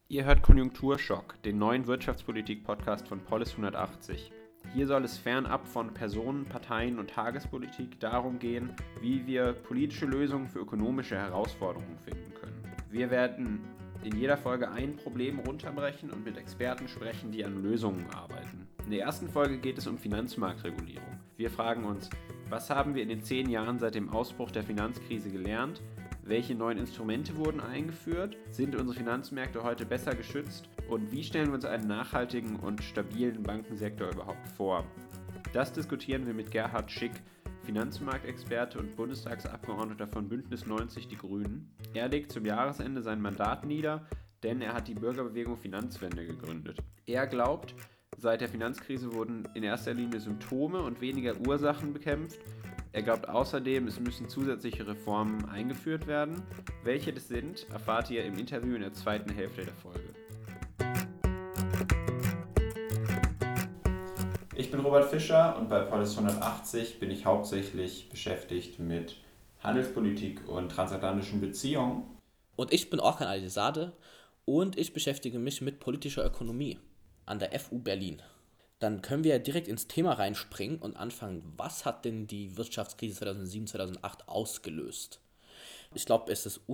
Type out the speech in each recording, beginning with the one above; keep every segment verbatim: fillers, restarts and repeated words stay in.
Ihr hört Konjunkturschock, den neuen Wirtschaftspolitik-Podcast von Polis hundertachtzig. Hier soll es fernab von Personen, Parteien und Tagespolitik darum gehen, wie wir politische Lösungen für ökonomische Herausforderungen finden können. Wir werden in jeder Folge ein Problem runterbrechen und mit Experten sprechen, die an Lösungen arbeiten. In der ersten Folge geht es um Finanzmarktregulierung. Wir fragen uns, was haben wir in den zehn Jahren seit dem Ausbruch der Finanzkrise gelernt? Welche neuen Instrumente wurden eingeführt? Sind unsere Finanzmärkte heute besser geschützt? Und wie stellen wir uns einen nachhaltigen und stabilen Bankensektor überhaupt vor? Das diskutieren wir mit Gerhard Schick, Finanzmarktexperte und Bundestagsabgeordneter von Bündnis neunzig Die Grünen. Er legt zum Jahresende sein Mandat nieder, denn er hat die Bürgerbewegung Finanzwende gegründet. Er glaubt, seit der Finanzkrise wurden in erster Linie Symptome und weniger Ursachen bekämpft. Er glaubt außerdem, es müssen zusätzliche Reformen eingeführt werden. Welche das sind, erfahrt ihr im Interview in der zweiten Hälfte der Folge. Ich bin Robert Fischer und bei Polis hundertachtzig bin ich hauptsächlich beschäftigt mit Handelspolitik und transatlantischen Beziehungen. Und ich bin Orkan Alizadeh und ich beschäftige mich mit politischer Ökonomie an der F U Berlin. Dann können wir ja direkt ins Thema reinspringen und anfangen, was hat denn die Wirtschaftskrise zweitausendsieben, zweitausendacht ausgelöst? Ich glaube, es ist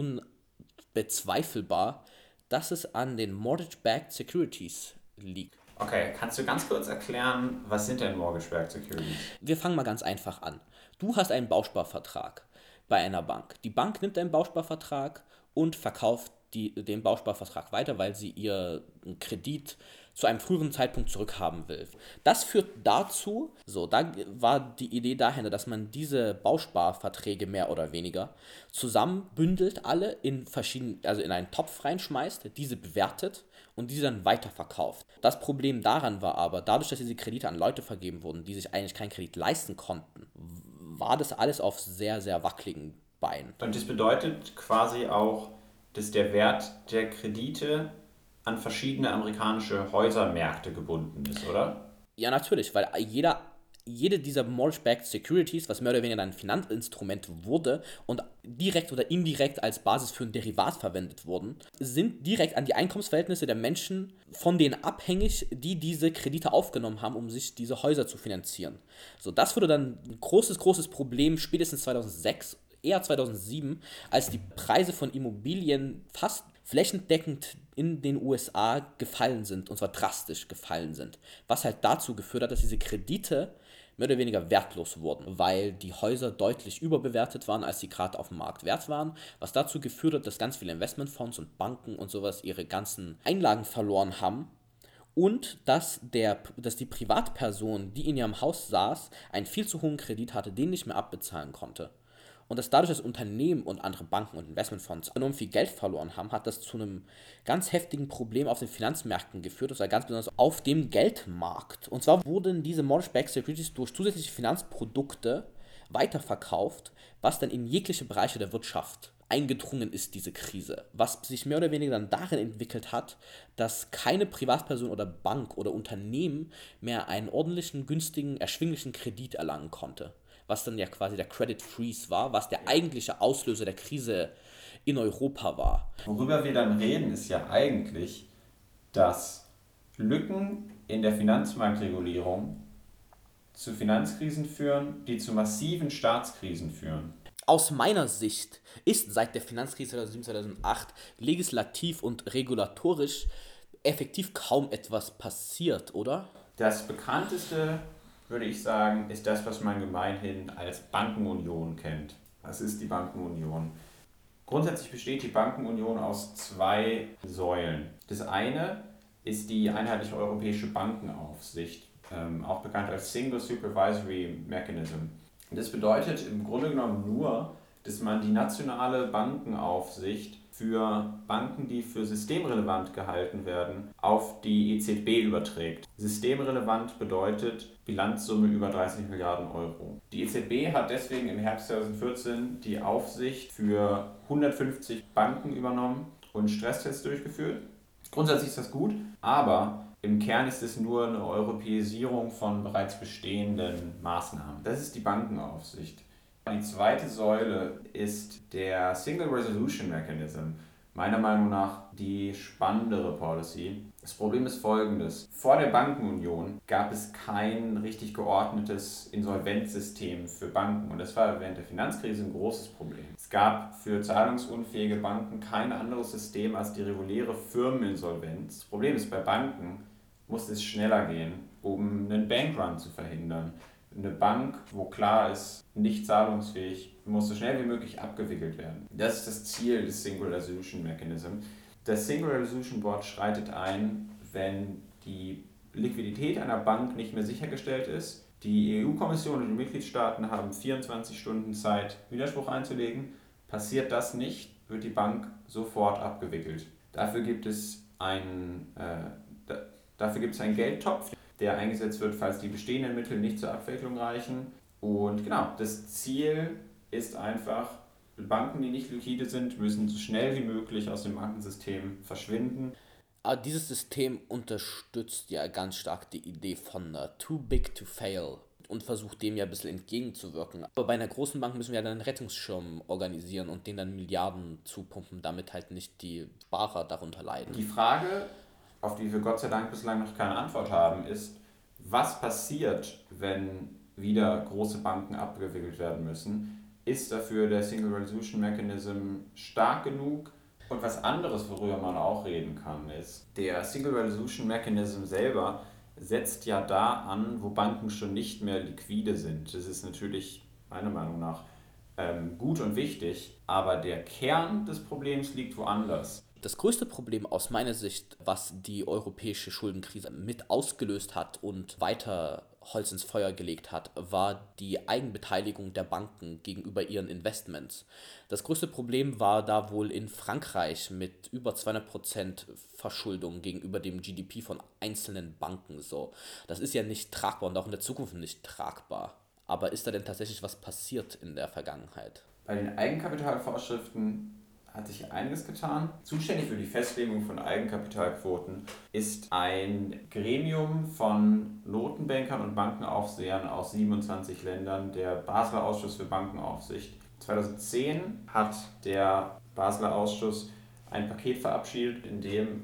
unbezweifelbar, dass es an den Mortgage-Backed Securities liegt. Okay, kannst du ganz kurz erklären, was sind denn Mortgage-Backed Securities? Wir fangen mal ganz einfach an. Du hast einen Bausparvertrag bei einer Bank. Die Bank nimmt einen Bausparvertrag und verkauft die, den Bausparvertrag weiter, weil sie ihren Kredit zu einem früheren Zeitpunkt zurückhaben will. Das führt dazu, so, da war die Idee dahinter, dass man diese Bausparverträge mehr oder weniger zusammenbündelt, alle in verschiedenen, also in einen Topf reinschmeißt, diese bewertet und diese dann weiterverkauft. Das Problem daran war aber, dadurch, dass diese Kredite an Leute vergeben wurden, die sich eigentlich keinen Kredit leisten konnten, war das alles auf sehr, sehr wackeligen Beinen. Und das bedeutet quasi auch, dass der Wert der Kredite an verschiedene amerikanische Häusermärkte gebunden ist, oder? Ja, natürlich, weil jeder, jede dieser Mortgage-Backed Securities, was mehr oder weniger ein Finanzinstrument wurde und direkt oder indirekt als Basis für ein Derivat verwendet wurden, sind direkt an die Einkommensverhältnisse der Menschen von denen abhängig, die diese Kredite aufgenommen haben, um sich diese Häuser zu finanzieren. So, das wurde dann ein großes, großes Problem spätestens zweitausendsechs, eher zweitausendsieben, als die Preise von Immobilien fast flächendeckend in den U S A gefallen sind, und zwar drastisch gefallen sind. Was halt dazu geführt hat, dass diese Kredite mehr oder weniger wertlos wurden, weil die Häuser deutlich überbewertet waren, als sie gerade auf dem Markt wert waren, was dazu geführt hat, dass ganz viele Investmentfonds und Banken und sowas ihre ganzen Einlagen verloren haben und dass, der, dass die Privatperson, die in ihrem Haus saß, einen viel zu hohen Kredit hatte, den nicht mehr abbezahlen konnte. Und dass dadurch das Unternehmen und andere Banken und Investmentfonds enorm viel Geld verloren haben, hat das zu einem ganz heftigen Problem auf den Finanzmärkten geführt, und zwar ganz besonders auf dem Geldmarkt. Und zwar wurden diese Mortgage-Backed Securities durch zusätzliche Finanzprodukte weiterverkauft, was dann in jegliche Bereiche der Wirtschaft eingedrungen ist, diese Krise. Was sich mehr oder weniger dann darin entwickelt hat, dass keine Privatperson oder Bank oder Unternehmen mehr einen ordentlichen, günstigen, erschwinglichen Kredit erlangen konnte. Was dann ja quasi der Credit Freeze war, was der eigentliche Auslöser der Krise in Europa war. Worüber wir dann reden, ist ja eigentlich, dass Lücken in der Finanzmarktregulierung zu Finanzkrisen führen, die zu massiven Staatskrisen führen. Aus meiner Sicht ist seit der Finanzkrise zweitausendsieben, zweitausendacht legislativ und regulatorisch effektiv kaum etwas passiert, oder? Das bekannteste, würde ich sagen, ist das, was man gemeinhin als Bankenunion kennt. Was ist die Bankenunion? Grundsätzlich besteht die Bankenunion aus zwei Säulen. Das eine ist die einheitliche europäische Bankenaufsicht, ähm, auch bekannt als Single Supervisory Mechanism. Das bedeutet im Grunde genommen nur, dass man die nationale Bankenaufsicht für Banken, die für systemrelevant gehalten werden, auf die E Z B überträgt. Systemrelevant bedeutet Bilanzsumme über dreißig Milliarden Euro. Die E Z B hat deswegen im Herbst zweitausendvierzehn die Aufsicht für hundertfünfzig Banken übernommen und Stresstests durchgeführt. Grundsätzlich ist das gut, aber im Kern ist es nur eine Europäisierung von bereits bestehenden Maßnahmen. Das ist die Bankenaufsicht. Die zweite Säule ist der Single Resolution Mechanism. meiner Meinung nach die spannendere Policy. Das Problem ist folgendes. Vor der Bankenunion gab es kein richtig geordnetes Insolvenzsystem für Banken und das war während der Finanzkrise ein großes Problem. Es gab für zahlungsunfähige Banken kein anderes System als die reguläre Firmeninsolvenz. Das Problem ist, bei Banken musste es schneller gehen, um einen Bankrun zu verhindern. Eine Bank, wo klar ist, nicht zahlungsfähig, muss so schnell wie möglich abgewickelt werden. Das ist das Ziel des Single Resolution Mechanism. Das Single Resolution Board schreitet ein, wenn die Liquidität einer Bank nicht mehr sichergestellt ist. Die E U-Kommission und die Mitgliedstaaten haben vierundzwanzig Stunden Zeit, Widerspruch einzulegen. Passiert das nicht, wird die Bank sofort abgewickelt. Dafür gibt es einen, äh, da, dafür gibt es einen Geldtopf, der eingesetzt wird, falls die bestehenden Mittel nicht zur Abwicklung reichen. Und genau, das Ziel ist einfach, Banken, die nicht liquide sind, müssen so schnell wie möglich aus dem Bankensystem verschwinden. Aber dieses System unterstützt ja ganz stark die Idee von uh, too big to fail und versucht dem ja ein bisschen entgegenzuwirken. Aber bei einer großen Bank müssen wir ja dann einen Rettungsschirm organisieren und denen dann Milliarden zupumpen, damit halt nicht die Sparer darunter leiden. Die Frage, auf die wir Gott sei Dank bislang noch keine Antwort haben, ist, was passiert, wenn wieder große Banken abgewickelt werden müssen? Ist dafür der Single Resolution Mechanism stark genug? Und was anderes, worüber man auch reden kann, ist, der Single Resolution Mechanism selber setzt ja da an, wo Banken schon nicht mehr liquide sind. Das ist natürlich meiner Meinung nach ähm, gut und wichtig, aber der Kern des Problems liegt woanders. Das größte Problem aus meiner Sicht, was die europäische Schuldenkrise mit ausgelöst hat und weiter Holz ins Feuer gelegt hat, war die Eigenbeteiligung der Banken gegenüber ihren Investments. Das größte Problem war da wohl in Frankreich mit über zweihundert Prozent Verschuldung gegenüber dem G D P von einzelnen Banken. So, das ist ja nicht tragbar und auch in der Zukunft nicht tragbar. Aber ist da denn tatsächlich was passiert in der Vergangenheit? Bei den Eigenkapitalvorschriften hat sich einiges getan. Zuständig für die Festlegung von Eigenkapitalquoten ist ein Gremium von Notenbankern und Bankenaufsehern aus siebenundzwanzig Ländern, der Basler Ausschuss für Bankenaufsicht. zweitausendzehn hat der Basler Ausschuss ein Paket verabschiedet, in dem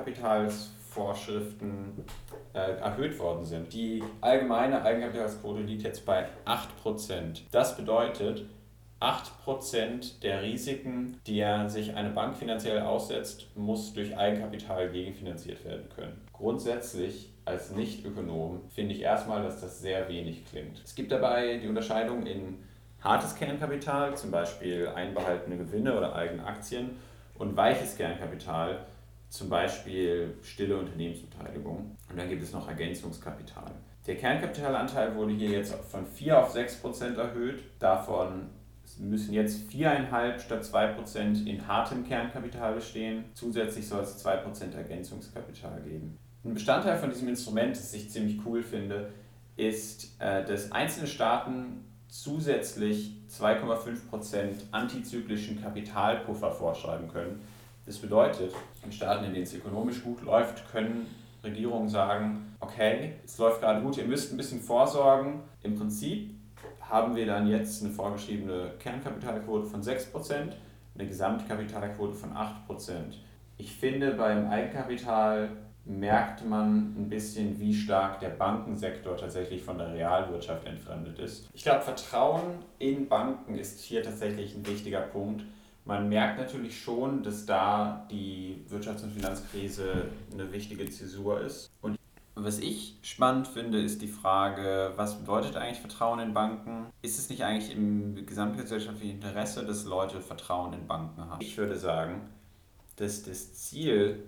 Eigenkapitalsvorschriften äh, erhöht worden sind. Die allgemeine Eigenkapitalsquote liegt jetzt bei acht Prozent. Das bedeutet, acht Prozent der Risiken, die sich eine Bank finanziell aussetzt, muss durch Eigenkapital gegenfinanziert werden können. Grundsätzlich als Nicht-Ökonom finde ich erstmal, dass das sehr wenig klingt. Es gibt dabei die Unterscheidung in hartes Kernkapital, zum Beispiel einbehaltene Gewinne oder eigene Aktien, und weiches Kernkapital, zum Beispiel stille Unternehmensbeteiligung. Und dann gibt es noch Ergänzungskapital. Der Kernkapitalanteil wurde hier jetzt von vier auf sechs Prozent erhöht. Davon müssen jetzt vier Komma fünf statt zwei Prozent in hartem Kernkapital bestehen. Zusätzlich soll es zwei Prozent Ergänzungskapital geben. Ein Bestandteil von diesem Instrument, das ich ziemlich cool finde, ist, dass einzelne Staaten zusätzlich zwei Komma fünf Prozent antizyklischen Kapitalpuffer vorschreiben können. Das bedeutet, in Staaten, in denen es ökonomisch gut läuft, können Regierungen sagen, okay, es läuft gerade gut, ihr müsst ein bisschen vorsorgen. Im Prinzip haben wir dann jetzt eine vorgeschriebene Kernkapitalquote von sechs Prozent, eine Gesamtkapitalquote von acht Prozent. Ich finde, beim Eigenkapital merkt man ein bisschen, wie stark der Bankensektor tatsächlich von der Realwirtschaft entfremdet ist. Ich glaube, Vertrauen in Banken ist hier tatsächlich ein wichtiger Punkt. Man merkt natürlich schon, dass da die Wirtschafts- und Finanzkrise eine wichtige Zäsur ist. Und was ich spannend finde, ist die Frage, was bedeutet eigentlich Vertrauen in Banken? Ist es nicht eigentlich im gesamtgesellschaftlichen Interesse, dass Leute Vertrauen in Banken haben? Ich würde sagen, dass das Ziel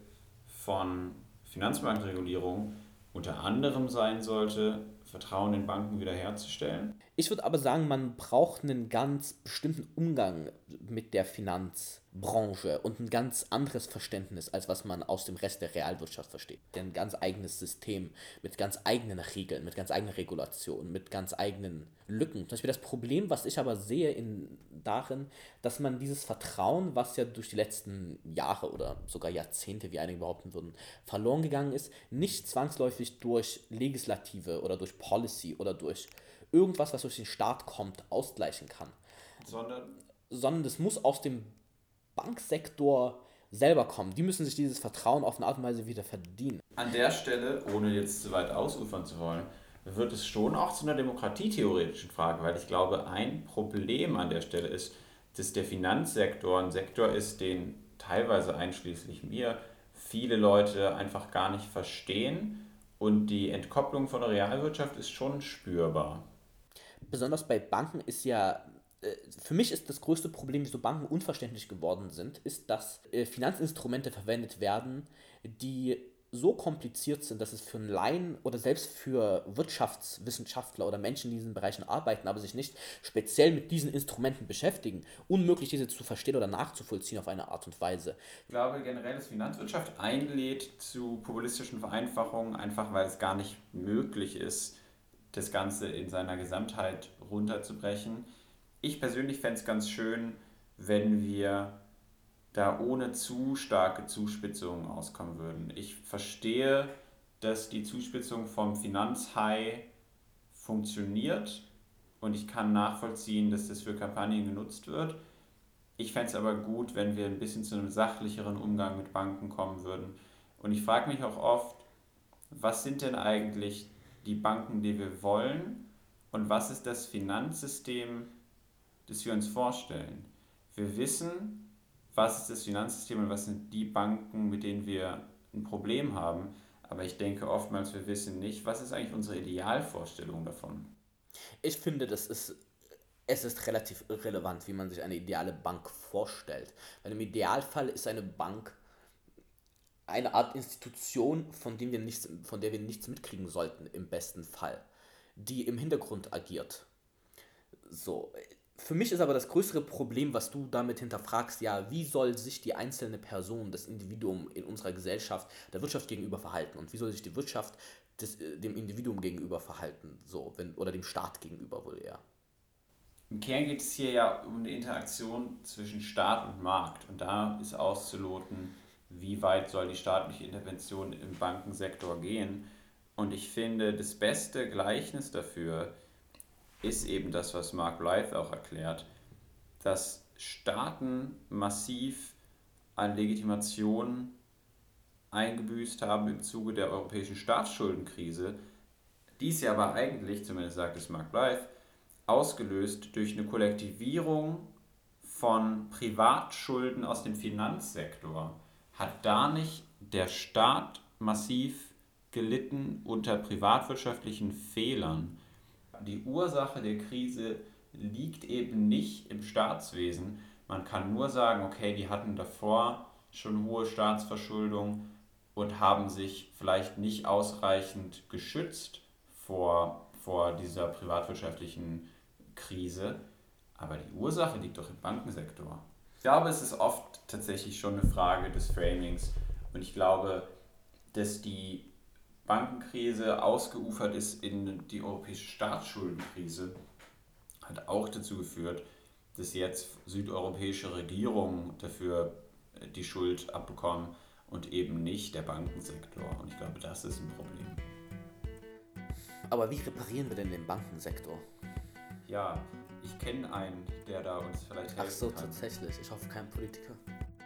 von Finanzmarktregulierung unter anderem sein sollte, Vertrauen in Banken wiederherzustellen. Ich würde aber sagen, man braucht einen ganz bestimmten Umgang mit der Finanzbranche und ein ganz anderes Verständnis, als was man aus dem Rest der Realwirtschaft versteht. Ein ganz eigenes System mit ganz eigenen Regeln, mit ganz eigenen Regulationen, mit ganz eigenen Lücken. Zum Beispiel das Problem, was ich aber sehe in, darin, dass man dieses Vertrauen, was ja durch die letzten Jahre oder sogar Jahrzehnte, wie einige behaupten würden, verloren gegangen ist, nicht zwangsläufig durch Legislative oder durch Policy oder durch irgendwas, was durch den Staat kommt, ausgleichen kann. Sondern? Sondern das muss aus dem Banksektor selber kommen. Die müssen sich dieses Vertrauen auf eine Art und Weise wieder verdienen. An der Stelle, ohne jetzt zu weit ausufern zu wollen, wird es schon auch zu einer demokratietheoretischen Frage, weil ich glaube, ein Problem an der Stelle ist, dass der Finanzsektor ein Sektor ist, den teilweise einschließlich mir viele Leute einfach gar nicht verstehen und die Entkopplung von der Realwirtschaft ist schon spürbar. Besonders bei Banken ist ja, äh, für mich ist das größte Problem, wieso Banken unverständlich geworden sind, ist, dass äh, Finanzinstrumente verwendet werden, die so kompliziert sind, dass es für einen Laien oder selbst für Wirtschaftswissenschaftler oder Menschen, die in diesen Bereichen arbeiten, aber sich nicht speziell mit diesen Instrumenten beschäftigen, unmöglich diese zu verstehen oder nachzuvollziehen auf eine Art und Weise. Ich glaube generell, dass Finanzwirtschaft einlädt zu populistischen Vereinfachungen, einfach weil es gar nicht möglich ist, das Ganze in seiner Gesamtheit runterzubrechen. Ich persönlich fände es ganz schön, wenn wir da ohne zu starke Zuspitzungen auskommen würden. Ich verstehe, dass die Zuspitzung vom Finanzhai funktioniert und ich kann nachvollziehen, dass das für Kampagnen genutzt wird. Ich fände es aber gut, wenn wir ein bisschen zu einem sachlicheren Umgang mit Banken kommen würden. Und ich frage mich auch oft, was sind denn eigentlich die Banken, die wir wollen und was ist das Finanzsystem, das wir uns vorstellen? Wir wissen, was ist das Finanzsystem und was sind die Banken, mit denen wir ein Problem haben. Aber ich denke oftmals, wir wissen nicht, was ist eigentlich unsere Idealvorstellung davon. Ich finde, das ist, es ist relativ irrelevant, wie man sich eine ideale Bank vorstellt. Weil im Idealfall ist eine Bank eine Art Institution, von, dem wir nichts, von der wir nichts mitkriegen sollten, im besten Fall, die im Hintergrund agiert. So, für mich ist aber das größere Problem, was du damit hinterfragst, ja, wie soll sich die einzelne Person, das Individuum in unserer Gesellschaft der Wirtschaft gegenüber verhalten und wie soll sich die Wirtschaft des, dem Individuum gegenüber verhalten, so, wenn, oder dem Staat gegenüber wohl eher. Im Kern geht es hier ja um eine Interaktion zwischen Staat und Markt und da ist auszuloten, wie weit soll die staatliche Intervention im Bankensektor gehen. Und ich finde, das beste Gleichnis dafür ist eben das, was Mark Blyth auch erklärt, dass Staaten massiv an Legitimation eingebüßt haben im Zuge der europäischen Staatsschuldenkrise. Dies ja aber eigentlich, zumindest sagt es Mark Blyth, ausgelöst durch eine Kollektivierung von Privatschulden aus dem Finanzsektor. Hat da nicht der Staat massiv gelitten unter privatwirtschaftlichen Fehlern? Die Ursache der Krise liegt eben nicht im Staatswesen. Man kann nur sagen, okay, die hatten davor schon hohe Staatsverschuldung und haben sich vielleicht nicht ausreichend geschützt vor, vor dieser privatwirtschaftlichen Krise. Aber die Ursache liegt doch im Bankensektor. Ich glaube, es ist oft tatsächlich schon eine Frage des Framings. Und ich glaube, dass die Bankenkrise ausgeufert ist in die europäische Staatsschuldenkrise, hat auch dazu geführt, dass jetzt südeuropäische Regierungen dafür die Schuld abbekommen und eben nicht der Bankensektor. Und ich glaube, das ist ein Problem. Aber wie reparieren wir denn den Bankensektor? Ja, ich kenne einen, der da uns vielleicht helfen kann. Ach so, kann. Tatsächlich. Ich hoffe, kein Politiker.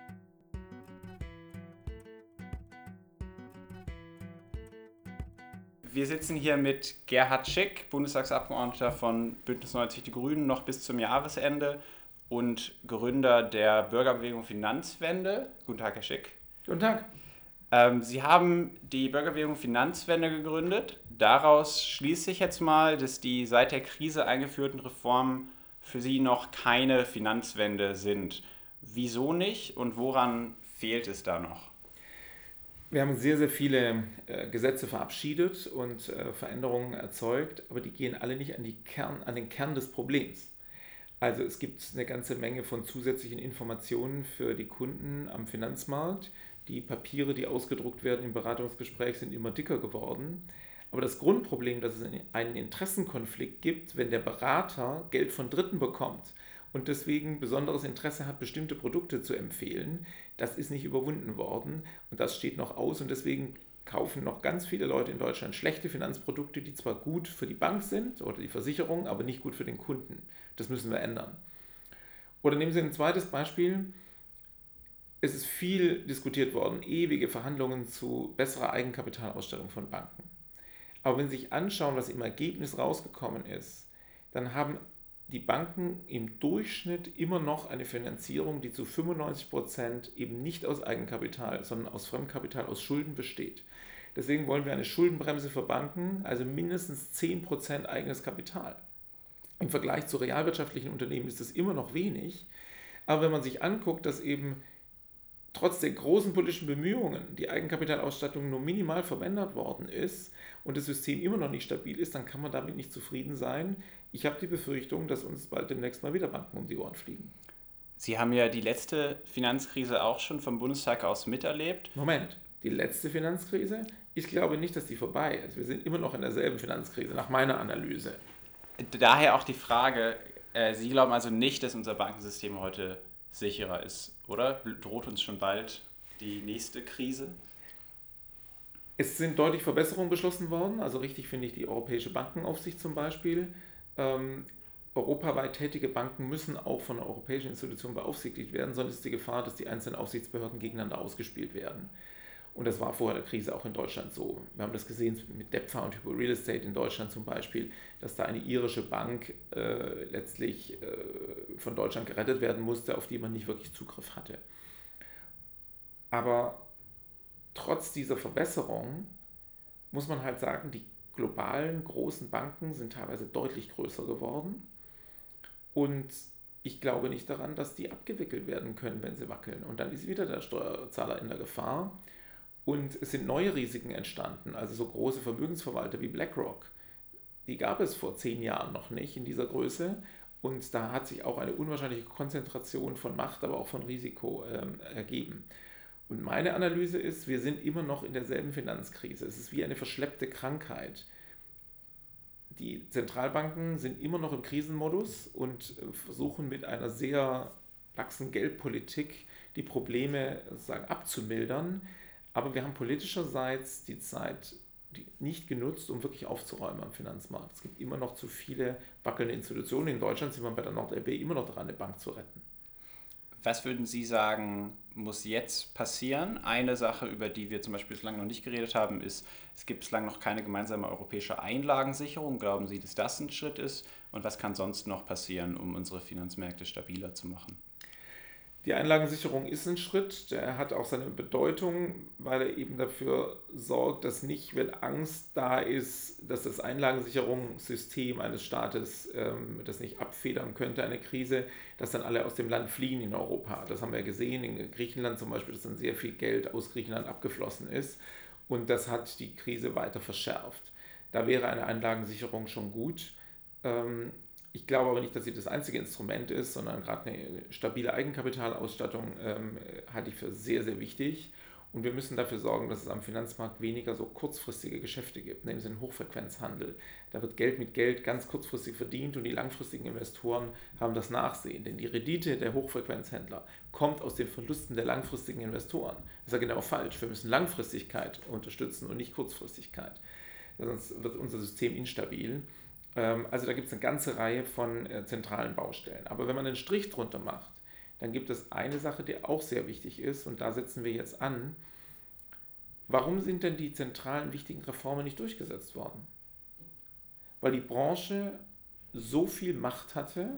Wir sitzen hier mit Gerhard Schick, Bundestagsabgeordneter von Bündnis neunzig Die Grünen, noch bis zum Jahresende und Gründer der Bürgerbewegung Finanzwende. Guten Tag, Herr Schick. Guten Tag. Ähm, Sie haben die Bürgerbewegung Finanzwende gegründet. Daraus schließe ich jetzt mal, dass die seit der Krise eingeführten Reformen für Sie noch keine Finanzwende sind. Wieso nicht und woran fehlt es da noch? Wir haben sehr, sehr viele äh, Gesetze verabschiedet und äh, Veränderungen erzeugt, aber die gehen alle nicht an, die Kern, an den Kern des Problems. Also es gibt eine ganze Menge von zusätzlichen Informationen für die Kunden am Finanzmarkt. Die Papiere, die ausgedruckt werden im Beratungsgespräch, sind immer dicker geworden. Aber das Grundproblem, dass es einen Interessenkonflikt gibt, wenn der Berater Geld von Dritten bekommt und deswegen besonderes Interesse hat, bestimmte Produkte zu empfehlen, das ist nicht überwunden worden und das steht noch aus und deswegen kaufen noch ganz viele Leute in Deutschland schlechte Finanzprodukte, die zwar gut für die Bank sind oder die Versicherung, aber nicht gut für den Kunden. Das müssen wir ändern. Oder nehmen Sie ein zweites Beispiel. es ist viel diskutiert worden, ewige Verhandlungen zu besserer Eigenkapitalausstattung von Banken. Aber wenn Sie sich anschauen, was im Ergebnis rausgekommen ist, dann haben die Banken im Durchschnitt immer noch eine Finanzierung, die zu fünfundneunzig Prozent eben nicht aus Eigenkapital, sondern aus Fremdkapital, aus Schulden besteht. Deswegen wollen wir eine Schuldenbremse für Banken, also mindestens zehn Prozent eigenes Kapital. Im Vergleich zu realwirtschaftlichen Unternehmen ist das immer noch wenig, aber wenn man sich anguckt, dass eben trotz der großen politischen Bemühungen die Eigenkapitalausstattung nur minimal verändert worden ist und das System immer noch nicht stabil ist, dann kann man damit nicht zufrieden sein. Ich habe die Befürchtung, dass uns bald demnächst mal wieder Banken um die Ohren fliegen. Sie haben ja die letzte Finanzkrise auch schon vom Bundestag aus miterlebt. Moment, die letzte Finanzkrise? Ich glaube nicht, dass die vorbei ist. Wir sind immer noch in derselben Finanzkrise, nach meiner Analyse. Daher auch die Frage, äh, Sie glauben also nicht, dass unser Bankensystem heute sicherer ist, oder? Droht uns schon bald die nächste Krise? Es sind deutlich Verbesserungen beschlossen worden. Also richtig finde ich die Europäische Bankenaufsicht zum Beispiel. Ähm, europaweit tätige Banken müssen auch von der europäischen Institution beaufsichtigt werden, sonst ist die Gefahr, dass die einzelnen Aufsichtsbehörden gegeneinander ausgespielt werden. Und das war vor der Krise auch in Deutschland so. Wir haben das gesehen mit DEPFA und Hypo Real Estate in Deutschland zum Beispiel, dass da eine irische Bank äh, letztlich äh, von Deutschland gerettet werden musste, auf die man nicht wirklich Zugriff hatte. Aber trotz dieser Verbesserung muss man halt sagen, die globalen großen Banken sind teilweise deutlich größer geworden. Und ich glaube nicht daran, dass die abgewickelt werden können, wenn sie wackeln. Und dann ist wieder der Steuerzahler in der Gefahr. Und es sind neue Risiken entstanden, also so große Vermögensverwalter wie BlackRock. Die gab es vor zehn Jahren noch nicht in dieser Größe. Und da hat sich auch eine unwahrscheinliche Konzentration von Macht, aber auch von Risiko ähm, ergeben. Und meine Analyse ist, wir sind immer noch in derselben Finanzkrise. Es ist wie eine verschleppte Krankheit. Die Zentralbanken sind immer noch im Krisenmodus und versuchen mit einer sehr laxen Geldpolitik die Probleme sozusagen abzumildern. Aber wir haben politischerseits die Zeit nicht genutzt, um wirklich aufzuräumen am Finanzmarkt. Es gibt immer noch zu viele wackelnde Institutionen. In Deutschland sind wir bei der NordLB immer noch dran, eine Bank zu retten. Was würden Sie sagen, muss jetzt passieren? Eine Sache, über die wir zum Beispiel bislang noch nicht geredet haben, ist, es gibt bislang noch keine gemeinsame europäische Einlagensicherung. Glauben Sie, dass das ein Schritt ist? Und was kann sonst noch passieren, um unsere Finanzmärkte stabiler zu machen? Die Einlagensicherung ist ein Schritt, der hat auch seine Bedeutung, weil er eben dafür sorgt, dass nicht, wenn Angst da ist, dass das Einlagensicherungssystem eines Staates ähm, das nicht abfedern könnte, eine Krise, dass dann alle aus dem Land fliehen in Europa. Das haben wir gesehen in Griechenland zum Beispiel, dass dann sehr viel Geld aus Griechenland abgeflossen ist und das hat die Krise weiter verschärft. Da wäre eine Einlagensicherung schon gut. Ähm, Ich glaube aber nicht, dass sie das einzige Instrument ist, sondern gerade eine stabile Eigenkapitalausstattung ähm, halte ich für sehr, sehr wichtig. Und wir müssen dafür sorgen, dass es am Finanzmarkt weniger so kurzfristige Geschäfte gibt, nämlich den Hochfrequenzhandel. Da wird Geld mit Geld ganz kurzfristig verdient und die langfristigen Investoren haben das Nachsehen. Denn die Rendite der Hochfrequenzhändler kommt aus den Verlusten der langfristigen Investoren. Das ist ja genau falsch. Wir müssen Langfristigkeit unterstützen und nicht Kurzfristigkeit. Sonst wird unser System instabil. Also da gibt es eine ganze Reihe von äh, zentralen Baustellen. Aber wenn man einen Strich drunter macht, dann gibt es eine Sache, die auch sehr wichtig ist und da setzen wir jetzt an. Warum sind denn die zentralen wichtigen Reformen nicht durchgesetzt worden? Weil die Branche so viel Macht hatte,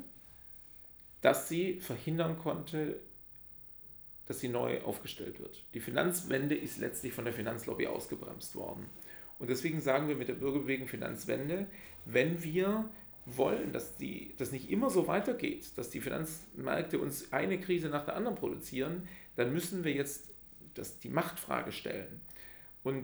dass sie verhindern konnte, dass sie neu aufgestellt wird. Die Finanzwende ist letztlich von der Finanzlobby ausgebremst worden. Und deswegen sagen wir mit der Bürgerbewegung Finanzwende, wenn wir wollen, dass die, das nicht immer so weitergeht, dass die Finanzmärkte uns eine Krise nach der anderen produzieren, dann müssen wir jetzt das, die Machtfrage stellen. Und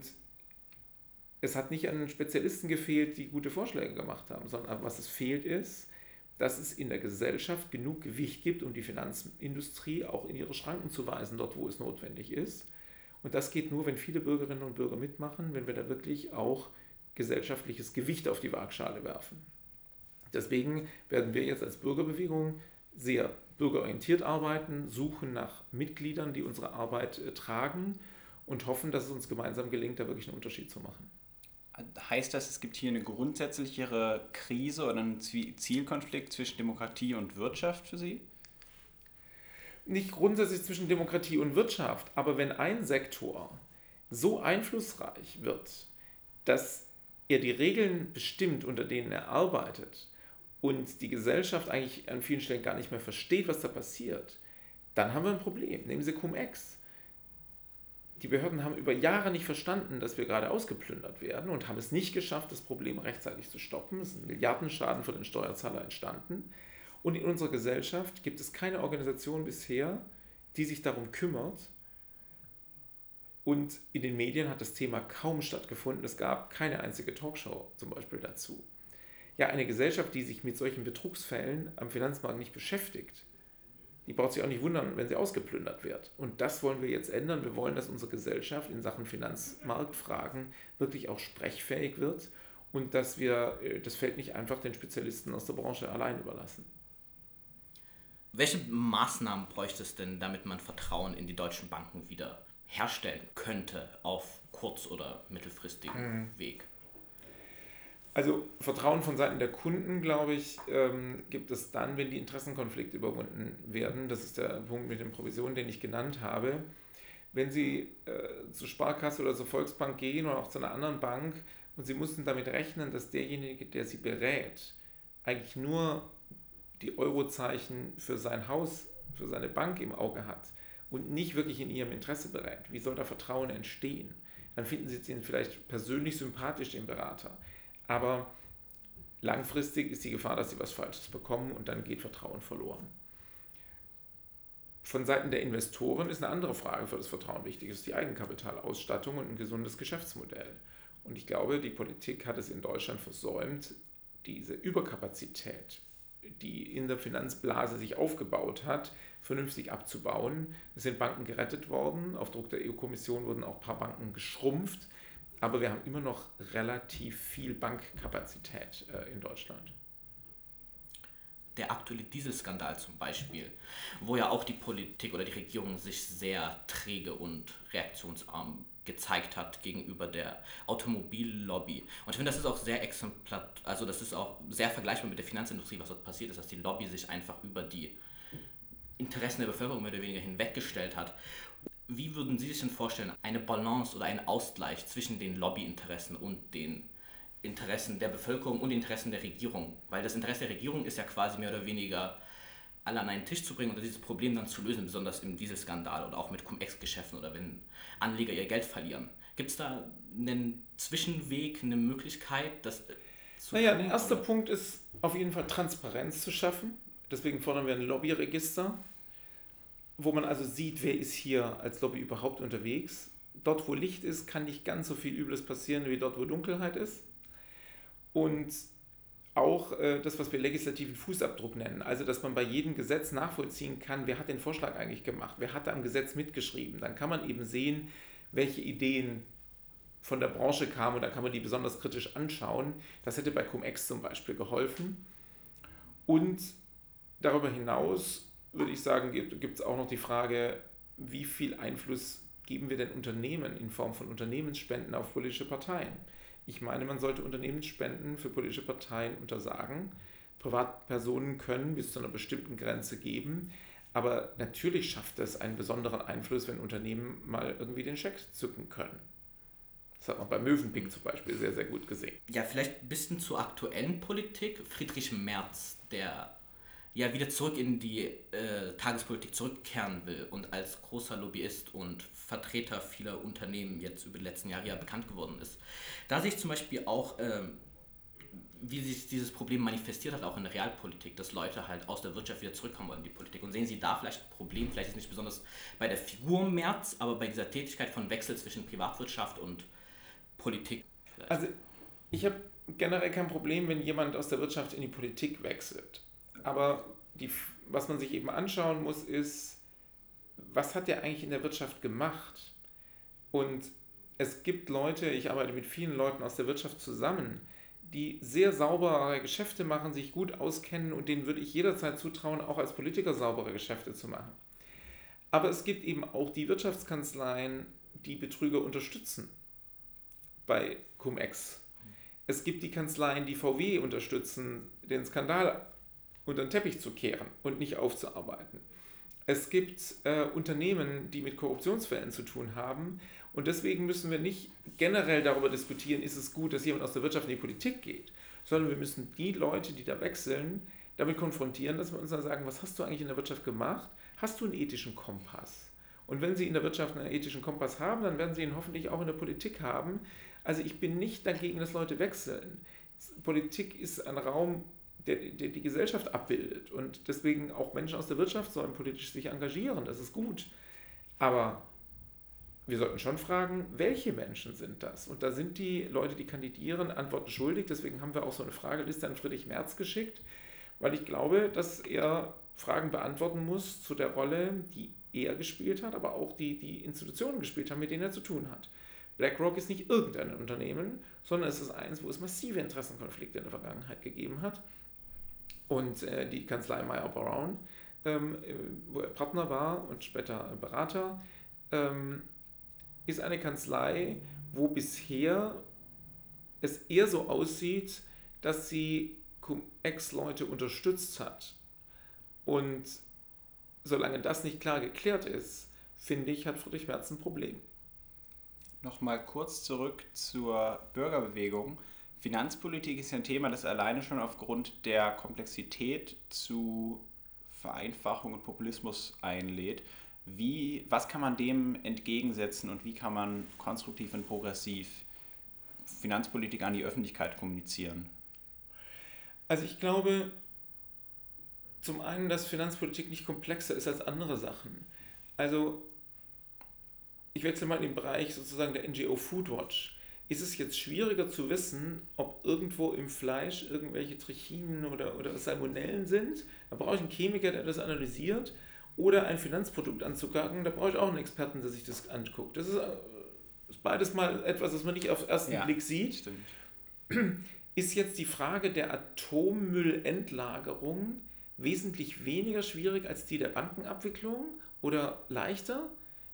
es hat nicht an Spezialisten gefehlt, die gute Vorschläge gemacht haben, sondern was es fehlt ist, dass es in der Gesellschaft genug Gewicht gibt, um die Finanzindustrie auch in ihre Schranken zu weisen, dort wo es notwendig ist. Und das geht nur, wenn viele Bürgerinnen und Bürger mitmachen, wenn wir da wirklich auch gesellschaftliches Gewicht auf die Waagschale werfen. Deswegen werden wir jetzt als Bürgerbewegung sehr bürgerorientiert arbeiten, suchen nach Mitgliedern, die unsere Arbeit äh, tragen und hoffen, dass es uns gemeinsam gelingt, da wirklich einen Unterschied zu machen. Heißt das, es gibt hier eine grundsätzlichere Krise oder einen Zielkonflikt zwischen Demokratie und Wirtschaft für Sie? nicht grundsätzlich zwischen Demokratie und Wirtschaft, aber wenn ein Sektor so einflussreich wird, dass er die Regeln bestimmt, unter denen er arbeitet, und die Gesellschaft eigentlich an vielen Stellen gar nicht mehr versteht, was da passiert, dann haben wir ein Problem. Nehmen Sie Cum-Ex. Die Behörden haben über Jahre nicht verstanden, dass wir gerade ausgeplündert werden und haben es nicht geschafft, das Problem rechtzeitig zu stoppen. Es ist ein Milliardenschaden für den Steuerzahler entstanden. Und in unserer Gesellschaft gibt es keine Organisation bisher, die sich darum kümmert. Und in den Medien hat das Thema kaum stattgefunden. Es gab keine einzige Talkshow zum Beispiel dazu. Ja, eine Gesellschaft, die sich mit solchen Betrugsfällen am Finanzmarkt nicht beschäftigt, die braucht sich auch nicht wundern, wenn sie ausgeplündert wird. Und das wollen wir jetzt ändern. Wir wollen, dass unsere Gesellschaft in Sachen Finanzmarktfragen wirklich auch sprechfähig wird und dass wir das Feld nicht einfach den Spezialisten aus der Branche allein überlassen. Welche Maßnahmen bräuchte es denn, damit man Vertrauen in die deutschen Banken wieder herstellen könnte auf kurz- oder mittelfristigen mhm. Weg? Also Vertrauen von Seiten der Kunden, glaube ich, ähm, gibt es dann, wenn die Interessenkonflikte überwunden werden. Das ist der Punkt mit den Provisionen, den ich genannt habe. Wenn Sie äh, zur Sparkasse oder zur Volksbank gehen oder auch zu einer anderen Bank und Sie mussten damit rechnen, dass derjenige, der Sie berät, eigentlich nur die Eurozeichen für sein Haus, für seine Bank im Auge hat und nicht wirklich in Ihrem Interesse berät. Wie soll da Vertrauen entstehen? Dann finden Sie ihn vielleicht persönlich sympathisch, den Berater. Aber langfristig ist die Gefahr, dass sie was Falsches bekommen und dann geht Vertrauen verloren. Von Seiten der Investoren ist eine andere Frage für das Vertrauen wichtig. Das ist die Eigenkapitalausstattung und ein gesundes Geschäftsmodell. Und ich glaube, die Politik hat es in Deutschland versäumt, diese Überkapazität, die in der Finanzblase sich aufgebaut hat, vernünftig abzubauen. Es sind Banken gerettet worden. Auf Druck der E U-Kommission wurden auch ein paar Banken geschrumpft. Aber wir haben immer noch relativ viel Bankkapazität äh, in Deutschland. Der aktuelle Dieselskandal zum Beispiel, wo ja auch die Politik oder die Regierung sich sehr träge und reaktionsarm gezeigt hat gegenüber der Automobillobby. Und ich finde, das ist auch sehr exemplar, also das ist auch sehr vergleichbar mit der Finanzindustrie, was dort passiert ist, dass die Lobby sich einfach über die Interessen der Bevölkerung mehr oder weniger hinweggestellt hat. Wie würden Sie sich denn vorstellen, eine Balance oder einen Ausgleich zwischen den Lobbyinteressen und den Interessen der Bevölkerung und den Interessen der Regierung? Weil das Interesse der Regierung ist ja quasi mehr oder weniger, alle an einen Tisch zu bringen und dieses Problem dann zu lösen, besonders im Dieselskandal oder auch mit Cum-Ex-Geschäften oder wenn Anleger ihr Geld verlieren. Gibt es da einen Zwischenweg, eine Möglichkeit, das zu Naja, der erste Punkt ist auf jeden Fall Transparenz zu schaffen. Deswegen fordern wir ein Lobbyregister, wo man also sieht, wer ist hier als Lobby überhaupt unterwegs. Dort, wo Licht ist, kann nicht ganz so viel Übles passieren, wie dort, wo Dunkelheit ist. Und auch äh, das, was wir legislativen Fußabdruck nennen, also dass man bei jedem Gesetz nachvollziehen kann, wer hat den Vorschlag eigentlich gemacht, wer hat da am Gesetz mitgeschrieben. Dann kann man eben sehen, welche Ideen von der Branche kamen und dann kann man die besonders kritisch anschauen. Das hätte bei Cum-Ex zum Beispiel geholfen. Und darüber hinaus würde ich sagen, gibt es auch noch die Frage, wie viel Einfluss geben wir denn Unternehmen in Form von Unternehmensspenden auf politische Parteien? Ich meine, man sollte Unternehmensspenden für politische Parteien untersagen. Privatpersonen können bis zu einer bestimmten Grenze geben, aber natürlich schafft es einen besonderen Einfluss, wenn Unternehmen mal irgendwie den Scheck zücken können. Das hat man bei Mövenpick zum Beispiel sehr, sehr gut gesehen. Ja, vielleicht ein bisschen zur aktuellen Politik. Friedrich Merz, der ja wieder zurück in die äh, Tagespolitik zurückkehren will und als großer Lobbyist und Vertreter vieler Unternehmen jetzt über die letzten Jahre ja bekannt geworden ist. Da sehe ich zum Beispiel auch, ähm, wie sich dieses Problem manifestiert hat, auch in der Realpolitik, dass Leute halt aus der Wirtschaft wieder zurückkommen wollen in die Politik. Und sehen Sie da vielleicht ein Problem, vielleicht ist es nicht besonders bei der Figur Merz, aber bei dieser Tätigkeit von Wechsel zwischen Privatwirtschaft und Politik vielleicht? Also ich habe generell kein Problem, wenn jemand aus der Wirtschaft in die Politik wechselt. Aber die, was man sich eben anschauen muss, ist, was hat der eigentlich in der Wirtschaft gemacht? Und es gibt Leute, ich arbeite mit vielen Leuten aus der Wirtschaft zusammen, die sehr saubere Geschäfte machen, sich gut auskennen und denen würde ich jederzeit zutrauen, auch als Politiker saubere Geschäfte zu machen. Aber es gibt eben auch die Wirtschaftskanzleien, die Betrüger unterstützen bei Cum-Ex. Es gibt die Kanzleien, die V W unterstützen, den Skandal unter den Teppich zu kehren und nicht aufzuarbeiten. Es gibt äh, Unternehmen, die mit Korruptionsfällen zu tun haben. Und deswegen müssen wir nicht generell darüber diskutieren, ist es gut, dass jemand aus der Wirtschaft in die Politik geht, sondern wir müssen die Leute, die da wechseln, damit konfrontieren, dass wir uns dann sagen, was hast du eigentlich in der Wirtschaft gemacht? Hast du einen ethischen Kompass? Und wenn sie in der Wirtschaft einen ethischen Kompass haben, dann werden sie ihn hoffentlich auch in der Politik haben. Also ich bin nicht dagegen, dass Leute wechseln. Politik ist ein Raum, der, der die Gesellschaft abbildet. Und deswegen auch Menschen aus der Wirtschaft sollen politisch sich engagieren. Das ist gut. Aber wir sollten schon fragen, welche Menschen sind das? Und da sind die Leute, die kandidieren, Antworten schuldig. Deswegen haben wir auch so eine Frageliste an Friedrich Merz geschickt, weil ich glaube, dass er Fragen beantworten muss zu der Rolle, die er gespielt hat, aber auch die die Institutionen gespielt haben, mit denen er zu tun hat. BlackRock ist nicht irgendein Unternehmen, sondern es ist eins, wo es massive Interessenkonflikte in der Vergangenheit gegeben hat. Und äh, die Kanzlei Meyer Brown, ähm, wo er Partner war und später Berater, ähm, ist eine Kanzlei, wo bisher es eher so aussieht, dass sie Cum-Ex-Leute unterstützt hat. Und solange das nicht klar geklärt ist, finde ich, hat Friedrich Merz ein Problem. Nochmal kurz zurück zur Bürgerbewegung. Finanzpolitik ist ja ein Thema, das alleine schon aufgrund der Komplexität zu Vereinfachung und Populismus einlädt. Wie, was kann man dem entgegensetzen und wie kann man konstruktiv und progressiv Finanzpolitik an die Öffentlichkeit kommunizieren? Also ich glaube, zum einen, dass Finanzpolitik nicht komplexer ist als andere Sachen. Also ich wechsle mal in den Bereich sozusagen der N G O Foodwatch. Ist es jetzt schwieriger zu wissen, ob irgendwo im Fleisch irgendwelche Trichinen oder, oder Salmonellen sind? Da brauche ich einen Chemiker, der das analysiert. Oder ein Finanzprodukt anzugucken, da brauche ich auch einen Experten, der sich das anguckt. Das ist, ist beides mal etwas, das man nicht auf den ersten ja, Blick sieht. Stimmt. Ist jetzt die Frage der Atommüllendlagerung wesentlich weniger schwierig als die der Bankenabwicklung oder leichter?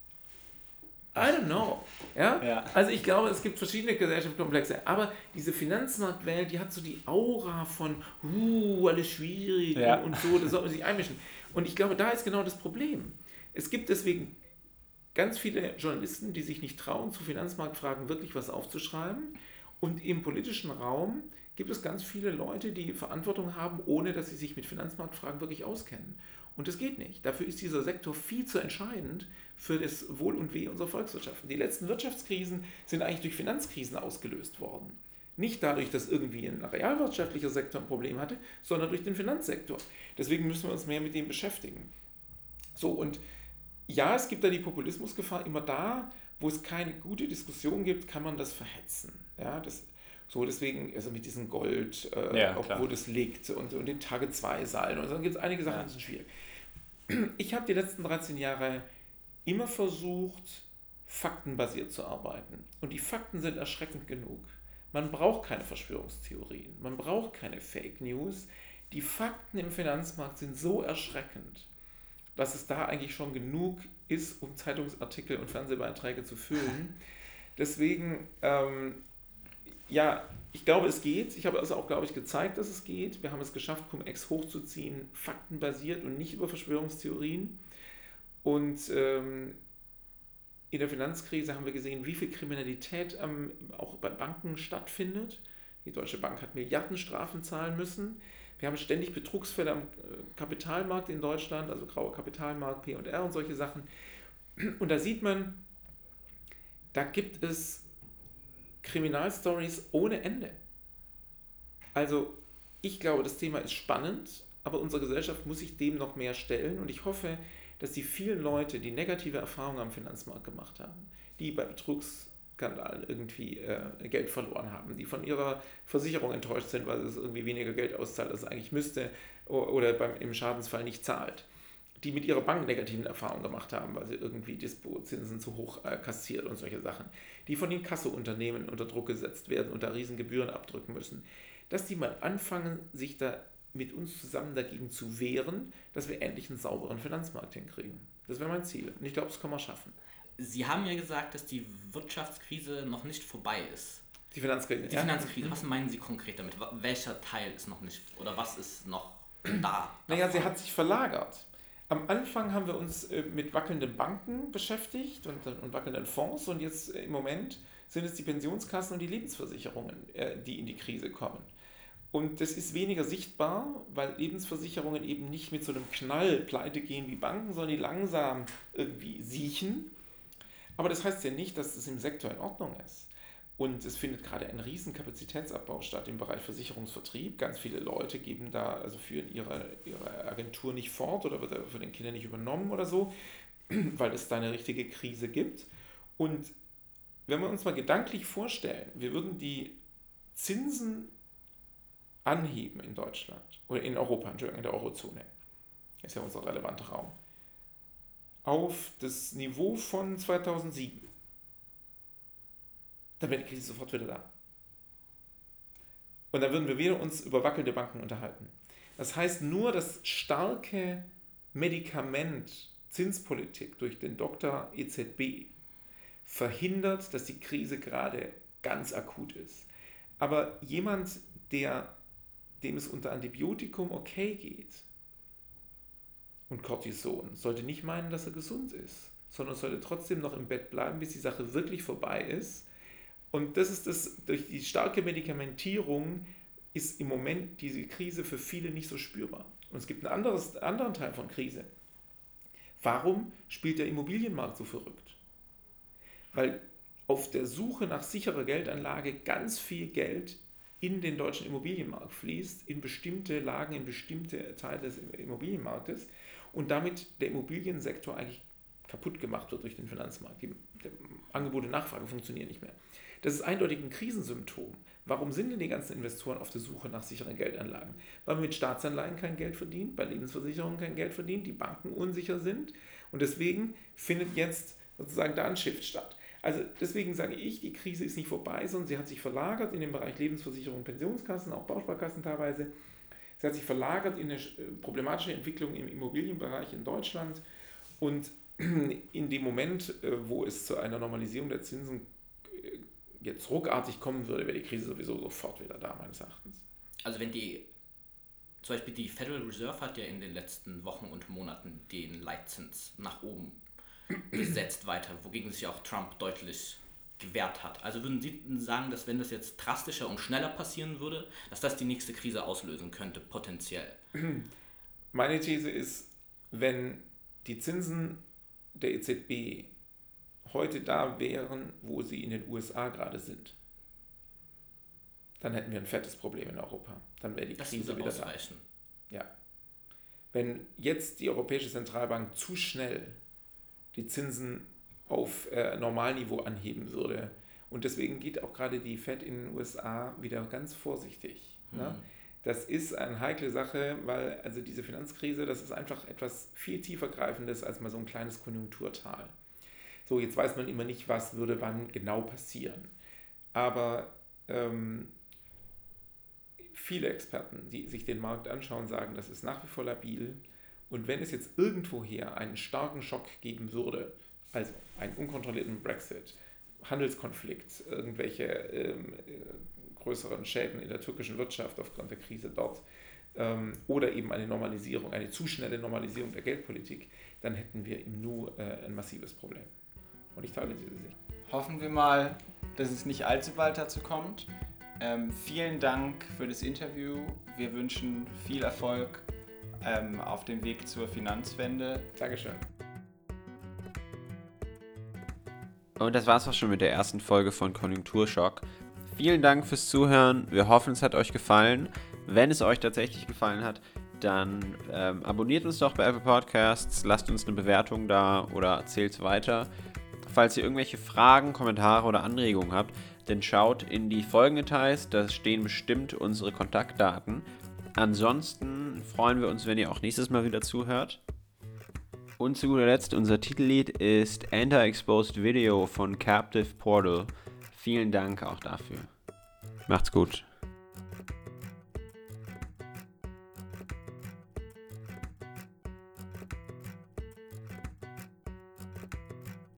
I don't know. Ja? Ja. Also ich glaube, es gibt verschiedene Gesellschaftskomplexe, aber diese Finanzmarktwelt, die hat so die Aura von uh, alles schwierig ja. und so, da sollte man sich einmischen. Und ich glaube, da ist genau das Problem. Es gibt deswegen ganz viele Journalisten, die sich nicht trauen, zu Finanzmarktfragen wirklich was aufzuschreiben. Und im politischen Raum gibt es ganz viele Leute, die Verantwortung haben, ohne dass sie sich mit Finanzmarktfragen wirklich auskennen. Und das geht nicht. Dafür ist dieser Sektor viel zu entscheidend für das Wohl und Wehe unserer Volkswirtschaften. Die letzten Wirtschaftskrisen sind eigentlich durch Finanzkrisen ausgelöst worden. Nicht dadurch, dass irgendwie ein realwirtschaftlicher Sektor ein Problem hatte, sondern durch den Finanzsektor. Deswegen müssen wir uns mehr mit dem beschäftigen. So, und ja, es gibt da die Populismusgefahr. Immer da, wo es keine gute Diskussion gibt, kann man das verhetzen. Ja, das, so, deswegen, also mit diesem Gold, äh, ja, ob, wo das liegt und, und den Tage zwei Seilen. Und dann gibt es einige Sachen, ja. die sind schwierig. Ich habe die letzten dreizehn Jahre immer versucht, faktenbasiert zu arbeiten. Und die Fakten sind erschreckend genug. Man braucht keine Verschwörungstheorien, man braucht keine Fake News. Die Fakten im Finanzmarkt sind so erschreckend, dass es da eigentlich schon genug ist, um Zeitungsartikel und Fernsehbeiträge zu füllen. Deswegen, ähm, ja, ich glaube, es geht. Ich habe also auch, glaube ich, gezeigt, dass es geht. Wir haben es geschafft, Cum-Ex hochzuziehen, faktenbasiert und nicht über Verschwörungstheorien. Und ähm, in der Finanzkrise haben wir gesehen, wie viel Kriminalität ähm, auch bei Banken stattfindet. Die Deutsche Bank hat Milliardenstrafen zahlen müssen. Wir haben ständig Betrugsfälle am Kapitalmarkt in Deutschland, also grauer Kapitalmarkt, P und R und solche Sachen. Und da sieht man, da gibt es Kriminalstories ohne Ende. Also ich glaube, das Thema ist spannend, aber unsere Gesellschaft muss sich dem noch mehr stellen. Und ich hoffe, dass die vielen Leute, die negative Erfahrungen am Finanzmarkt gemacht haben, die bei Betrugsskandalen irgendwie äh, Geld verloren haben, die von ihrer Versicherung enttäuscht sind, weil es irgendwie weniger Geld auszahlt, als es eigentlich müsste, oder beim, im Schadensfall nicht zahlt, die mit ihrer Bank negativen Erfahrungen gemacht haben, weil sie irgendwie Dispo-Zinsen zu hoch äh, kassiert und solche Sachen, die von den Kassounternehmen unter Druck gesetzt werden und da riesen Gebühren abdrücken müssen, dass die mal anfangen, sich da mit uns zusammen dagegen zu wehren, dass wir endlich einen sauberen Finanzmarkt hinkriegen. Das wäre mein Ziel. Und ich glaube, das kann man schaffen. Sie haben ja gesagt, dass die Wirtschaftskrise noch nicht vorbei ist. Die Finanzkrise. Die ja. Finanzkrise, was meinen Sie konkret damit? Welcher Teil ist noch nicht, oder was ist noch da? Naja, sie hat sich verlagert. Am Anfang haben wir uns äh, mit wackelnden Banken beschäftigt und, und wackelnden Fonds und jetzt äh, im Moment sind es die Pensionskassen und die Lebensversicherungen, äh, die in die Krise kommen. Und das ist weniger sichtbar, weil Lebensversicherungen eben nicht mit so einem Knall pleite gehen wie Banken, sondern die langsam irgendwie siechen. Aber das heißt ja nicht, dass es im Sektor in Ordnung ist. Und es findet gerade ein riesen Kapazitätsabbau statt im Bereich Versicherungsvertrieb. Ganz viele Leute geben da, also führen ihre, ihre Agentur nicht fort oder wird von den Kindern nicht übernommen oder so, weil es da eine richtige Krise gibt. Und wenn wir uns mal gedanklich vorstellen, wir würden die Zinsen anheben in Deutschland oder in Europa, Entschuldigung, in der Eurozone, ist ja unser relevanter Raum, auf das Niveau von zweitausendsieben, dann wäre die Krise sofort wieder da. Und dann würden wir wieder uns über wackelnde Banken unterhalten. Das heißt, nur das starke Medikament Zinspolitik durch den Doktor E Z B verhindert, dass die Krise gerade ganz akut ist. Aber jemand, der, dem es unter Antibiotikum okay geht und Cortison, sollte nicht meinen, dass er gesund ist, sondern sollte trotzdem noch im Bett bleiben, bis die Sache wirklich vorbei ist. Und das ist das, durch die starke Medikamentierung ist im Moment diese Krise für viele nicht so spürbar. Und es gibt einen anderes, anderen Teil von Krise. Warum spielt der Immobilienmarkt so verrückt? Weil auf der Suche nach sicherer Geldanlage ganz viel Geld in den deutschen Immobilienmarkt fließt, in bestimmte Lagen, in bestimmte Teile des Immobilienmarktes und damit der Immobiliensektor eigentlich kaputt gemacht wird durch den Finanzmarkt. Die, die Angebot und Nachfrage funktionieren nicht mehr. Das ist eindeutig ein Krisensymptom. Warum sind denn die ganzen Investoren auf der Suche nach sicheren Geldanlagen? Weil man mit Staatsanleihen kein Geld verdient, bei Lebensversicherungen kein Geld verdient, die Banken unsicher sind und deswegen findet jetzt sozusagen da ein Shift statt. Also deswegen sage ich, die Krise ist nicht vorbei, sondern sie hat sich verlagert in den Bereich Lebensversicherung, Pensionskassen, auch Bausparkassen teilweise. Sie hat sich verlagert in eine problematische Entwicklung im Immobilienbereich in Deutschland und in dem Moment, wo es zu einer Normalisierung der Zinsen jetzt ruckartig kommen würde, wäre die Krise sowieso sofort wieder da, meines Erachtens. Also wenn die, zum Beispiel die Federal Reserve hat ja in den letzten Wochen und Monaten den Leitzins nach oben gesetzt weiter, wogegen sich auch Trump deutlich gewehrt hat. Also würden Sie sagen, dass wenn das jetzt drastischer und schneller passieren würde, dass das die nächste Krise auslösen könnte, potenziell? Meine These ist, wenn die Zinsen der E Z B heute da wären, wo sie in den U S A gerade sind, dann hätten wir ein fettes Problem in Europa. Dann wäre die das Krise wieder ausreichen. da. Ja. Wenn jetzt die Europäische Zentralbank zu schnell die Zinsen auf äh, Normalniveau anheben würde, und deswegen geht auch gerade die Fed in den U S A wieder ganz vorsichtig. Mhm. Ne? Das ist eine heikle Sache, weil also diese Finanzkrise, das ist einfach etwas viel tiefergreifendes als mal so ein kleines Konjunkturtal. So, jetzt weiß man immer nicht, was würde wann genau passieren. Aber ähm, viele Experten, die sich den Markt anschauen, sagen, das ist nach wie vor labil. Und wenn es jetzt irgendwoher einen starken Schock geben würde, also einen unkontrollierten Brexit, Handelskonflikt, irgendwelche ähm, größeren Schäden in der türkischen Wirtschaft aufgrund der Krise dort ähm, oder eben eine Normalisierung, eine zu schnelle Normalisierung der Geldpolitik, dann hätten wir im Nu äh, ein massives Problem. Und ich teile diese Sicht. Hoffen wir mal, dass es nicht allzu bald dazu kommt. Ähm, vielen Dank für das Interview. Wir wünschen viel Erfolg ähm, auf dem Weg zur Finanzwende. Dankeschön. Und das war's auch schon mit der ersten Folge von Konjunkturschock. Vielen Dank fürs Zuhören. Wir hoffen, es hat euch gefallen. Wenn es euch tatsächlich gefallen hat, dann ähm, abonniert uns doch bei Apple Podcasts, lasst uns eine Bewertung da oder erzählt es weiter. Falls ihr irgendwelche Fragen, Kommentare oder Anregungen habt, dann schaut in die Folgendetails, da stehen bestimmt unsere Kontaktdaten. Ansonsten freuen wir uns, wenn ihr auch nächstes Mal wieder zuhört. Und zu guter Letzt, unser Titellied ist Anti-Exposed Video von Captive Portal. Vielen Dank auch dafür. Macht's gut.